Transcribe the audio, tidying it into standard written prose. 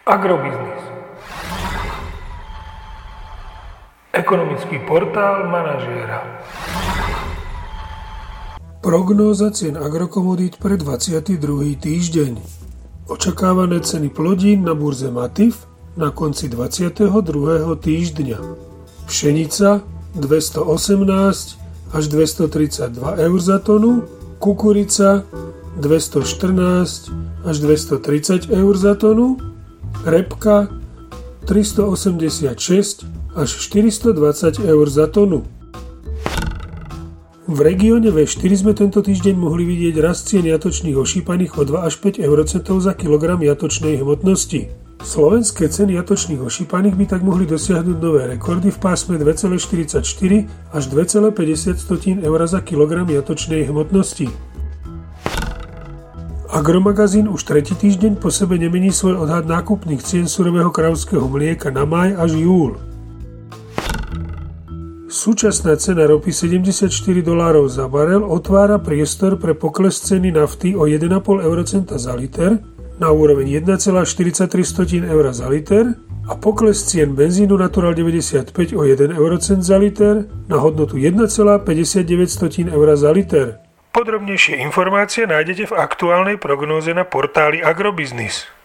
Agrobiznis. Ekonomický portál manažéra. Prognóza cien agrokomodít pre 22. týždeň. Očakávané ceny plodín na burze Matif na konci 22. týždňa. Pšenica 218 až 232 eur za tonu, kukurica 214 až 230 eur za tonu, repka 386 až 420 eur za tonu. V regióne V4 sme tento týždeň mohli vidieť rast cien jatočných ošípaných o 2 až 5 eurocentov za kilogram jatočnej hmotnosti. Slovenské ceny jatočných ošípaných by tak mohli dosiahnuť nové rekordy v pásme 2,44 až 2,50 eur za kilogram jatočnej hmotnosti. Agromagazín už tretí týždeň po sebe nemení svoj odhad nákupných cien surového kravského mlieka na máj až júl. Súčasná cena ropy $74 za barel otvára priestor pre pokles ceny nafty o 1,5 eurocenta za liter na úroveň 1,43 eur za liter a pokles cien benzínu Natural 95 o 1 eurocent za liter na hodnotu 1,59 eur za liter. Podrobnejšie informácie nájdete v aktuálnej prognóze na portáli Agrobiznis.